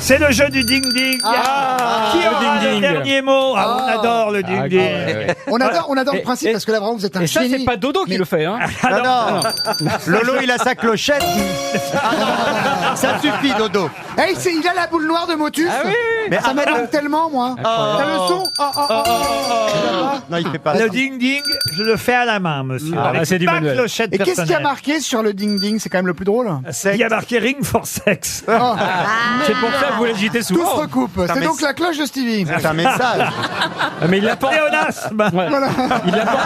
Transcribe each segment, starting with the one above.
C'est le jeu du ding-ding. Qui aura le dernier mot? On adore le ding-ding. On adore le principe parce que là vraiment vous êtes un Et ça, génie. c'est pas Dodo qui le fait, hein. Non. Lolo, il a sa clochette. Ça suffit, Dodo. Hey, il a la boule noire de Motus. Ah oui. Mais ça m'étonne tellement, moi. T'as le son? Non, il fait pas Le ça. ding-ding, je le fais à la main, monsieur. Ah, Avec c'est du pas manuel. clochette Et qu'est-ce qu'il y a personnelle. marqué sur le ding-ding? C'est quand même le plus drôle. Il y a marqué Ring for Sex. C'est pour ça que vous l'agitez Tout se souvent. recoupe. C'est mais donc la cloche de Stevie. C'est un message. Mais il l'a pas. Pléonasme. Ouais. Il l'a pas.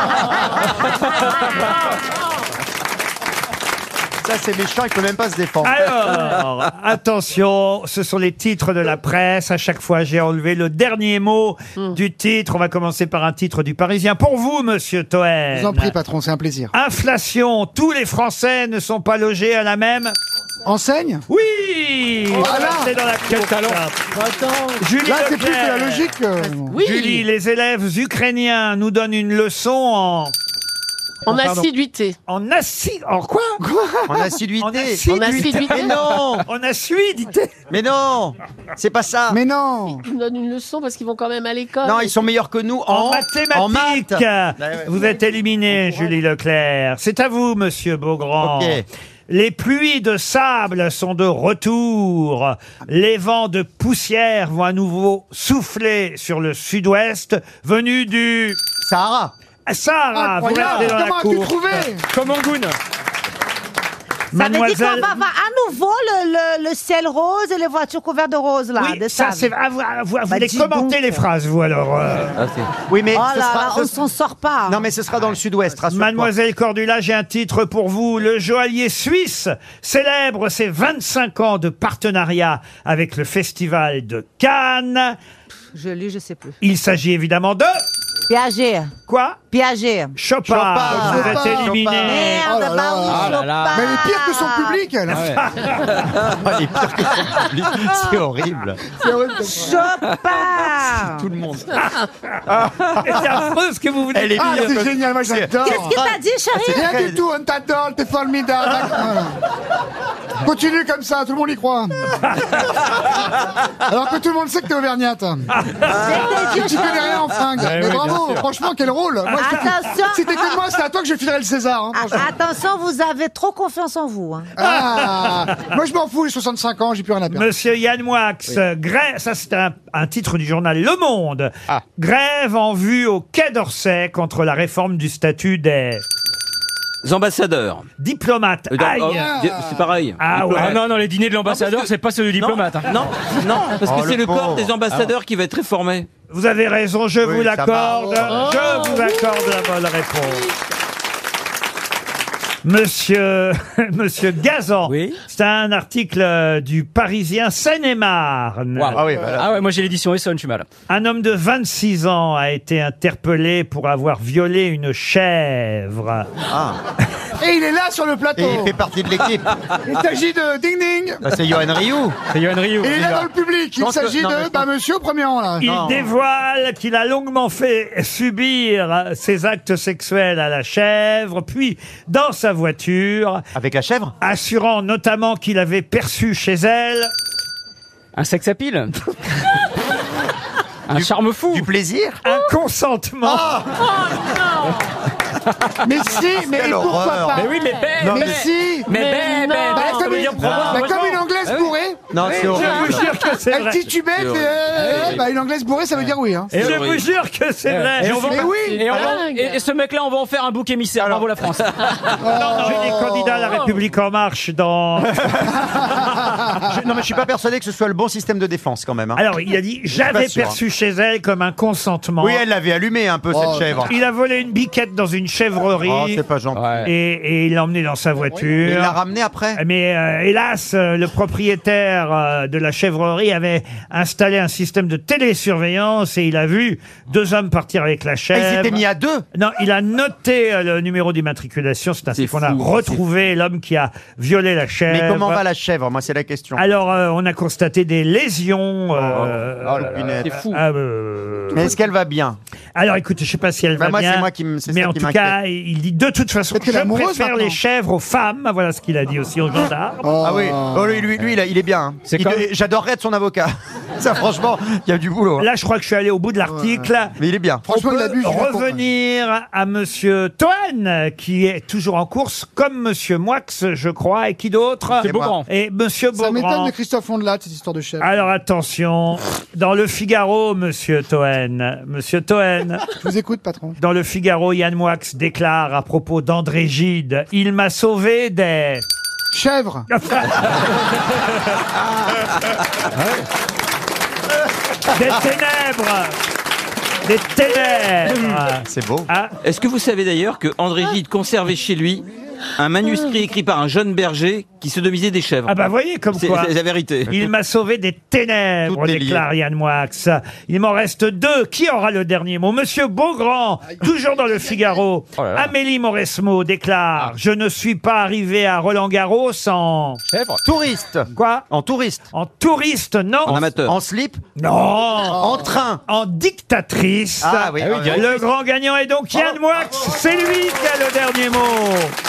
Ça, c'est méchant, il peut même pas se défendre. Alors, attention, ce sont les titres de la presse. À chaque fois, j'ai enlevé le dernier mot du titre. On va commencer par un titre du Parisien. Pour vous, monsieur Toen. Je vous en prie, patron, c'est un plaisir. Inflation. Tous les Français ne sont pas logés à la même. Enseigne? Oui. Voilà. C'est dans la Quel talent. Julie Là, c'est plus que Leclerc. la logique. Julie, les élèves ukrainiens nous donnent une leçon En assiduité. en assi... En quoi? En assiduité. En assiduité. En assiduité. Mais non. En assiduité. Mais non. C'est pas ça. Mais non. Ils nous donnent une leçon parce qu'ils vont quand même à l'école. Non, ils sont meilleurs que nous En en mathématiques. maths. Vous êtes éliminé, Julie Leclerc. C'est à vous, monsieur Beaugrand. Ok. Les pluies de sable sont de retour. Les vents de poussière vont à nouveau souffler sur le sud-ouest, venus du Sahara. Sahara. Vous Incroyable. restez dans la Comment as-tu cour. trouvé? Comme Angoun. Ça veut dire qu'on Mademoiselle. va avoir à nouveau le ciel rose et les voitures couvertes de rose, là, Oui, de ça sable. c'est. Vous voulez dis commenter donc. les phrases, vous alors. Oui, mais Oh ce là sera- là, ce- on s'en sort pas. Non, mais ce sera dans le sud-ouest. rassure-toi. Mademoiselle Cordula, j'ai un titre pour vous. Le joaillier suisse célèbre ses 25 ans de partenariat avec le Festival de Cannes. Je lis, je sais plus. Il s'agit évidemment de... Piaget. Quoi? Piaget. Chopin. Chopin. Vous êtes Chopin. éliminé. Merde, Oh là là. bah oui, Ah là là. Mais elle est pire que son public, elle. Elle est pire que son public. C'est horrible. C'est horrible. Chopin. Tout le monde. C'est affreux ce que vous venez Elle de est Ah, pire c'est que- génial, moi j'adore. Qu'est-ce que t'as dit, chérie? Rien du tout, on t'adore, t'es formidable. Voilà. Continue comme ça, tout le monde y croit. Alors que tout le monde sait que t'es auvergnate. Tu connais rien en fringue. Ouais, Mais ouais, bravo, bien sûr. franchement, quel rôle. Moi, Attention. si t'étais que moi, c'est à toi que je filerais le César. Hein, franchement. Attention, vous avez trop confiance en vous. Hein. Ah, moi je m'en fous, j'ai 65 ans, j'ai plus rien à perdre. Monsieur Yann Moix, grève, ça c'est un titre du journal Le Monde. Grève en vue au Quai d'Orsay contre la réforme du statut des Ambassadeurs. diplomates. Aïe. C'est pareil. Ah Ah ouais. non, les dîners de l'ambassadeur, parce que- c'est pas ceux du diplomate. hein. Non, non, parce Oh, que c'est le le corps pauvre. des ambassadeurs qui va être réformé. Vous avez raison, je vous ça l'accorde. Je vous accorde la bonne réponse. Monsieur Gazan, Oui. c'est un article du Parisien Seine-et-Marne. Waouh. Ah oui, voilà. Ah ouais, moi j'ai l'édition Essonne, je suis mal. Un homme de 26 ans a été interpellé pour avoir violé une chèvre. Et il est là sur le plateau. Et il fait partie de l'équipe. Il s'agit de Ding Ding. Bah, c'est Johan Rioux. C'est Yoann Ryu. Et il est là dans le public. Il pense que- s'agit non, mais de je pense- monsieur au premier rang là. Il dévoile qu'il a longuement fait subir ses actes sexuels à la chèvre, puis dans sa voiture, Avec la chèvre. assurant notamment qu'il avait perçu chez elle Un sex appeal. Un charme fou. Du plaisir. un consentement. Mais si, mais Quelle pourquoi horreur. pas? Mais oui, mais Mais si. mais Bah, ça comme veut dire une, bah, comme une anglaise bourrée. Non, c'est Je vous horrible. jure que c'est Elle vrai. titubait, bah, une anglaise bourrée, ça veut dire oui. Hein. Et je vous jure que c'est vrai. Et on va- Mais oui. Et, on va- dingue. et ce mec-là, on va en faire un bouc émissaire. Bravo la France. J'ai des candidats à la République En Marche dans... Non, mais je suis pas persuadé que ce soit le bon système de défense quand même. hein. Alors, il a dit, pas j'avais sûr, perçu chez elle comme un consentement. Oui, elle l'avait allumé un peu Oh, cette chèvre. Il a volé une biquette dans une chèvrerie Oh, c'est pas gentil. Ouais. et il l'a emmenée dans sa Il voiture. l'a ramené après. Mais hélas, le propriétaire de la chèvrerie avait installé un système de télésurveillance et il a vu deux hommes partir avec la Ah, chèvre. ils s'étaient mis à deux. Non, il a noté le numéro d'immatriculation. C'est ainsi C'est qu'on a fou, retrouvé l'homme qui a violé la chèvre. Mais comment va la chèvre? Moi, c'est la question. question. Alors, on a constaté des lésions. C'est fou. Mais est-ce qu'elle va bien? Alors, écoutez, je sais pas si elle va moi, bien. c'est moi qui me- c'est mais ça en qui tout m'inquiète. cas, il dit de toute façon, Peut-être je amoureuse préfère maintenant. les chèvres aux femmes. Voilà ce qu'il a dit aussi aux gendarmes. Ah oui, oh, lui, il est bien. Hein. C'est Il- comme- J'adorerais être son avocat. Ça, franchement, il y a du boulot. Hein. Là, je crois que je suis allé au bout de l'article. Mais il est bien. Franchement, il abuse. je suis d'accord. Revenir à Monsieur Toen, qui est toujours en course, comme Monsieur Moix, je crois, et qui d'autre C'est moi. Beaugrand. Et Monsieur Ça m'étonne Beaugrand. de Christophe Ondelat, cette histoire de chef. Alors attention, dans le Figaro, Monsieur Toen, Je vous écoute, patron. dans le Figaro, Yann Moix déclare à propos d'André Gide, il m'a sauvé des... Chèvre. Des ténèbres. Des ténèbres. C'est beau. Ah, Est-ce que vous savez d'ailleurs que André Gide conservait chez lui un manuscrit écrit par un jeune berger qui sodomisait des chèvres? ah bah voyez comme C'est quoi. c'est la vérité. Il m'a sauvé des ténèbres, Tout est lié. déclare Yann Moix. Il m'en reste 2. Qui aura le dernier mot? Monsieur Beaugrand, toujours dans le Figaro. Oh là là. Amélie Mauresmo déclare « Je ne suis pas arrivé à Roland-Garros en... Chèvre. Touriste. » Quoi? En touriste. En touriste, non. En amateur. En slip. Non. En train. En dictatrice. Ah oui. Ah oui, direct. Le grand gagnant est donc Yann Moix. C'est lui qui a le dernier mot.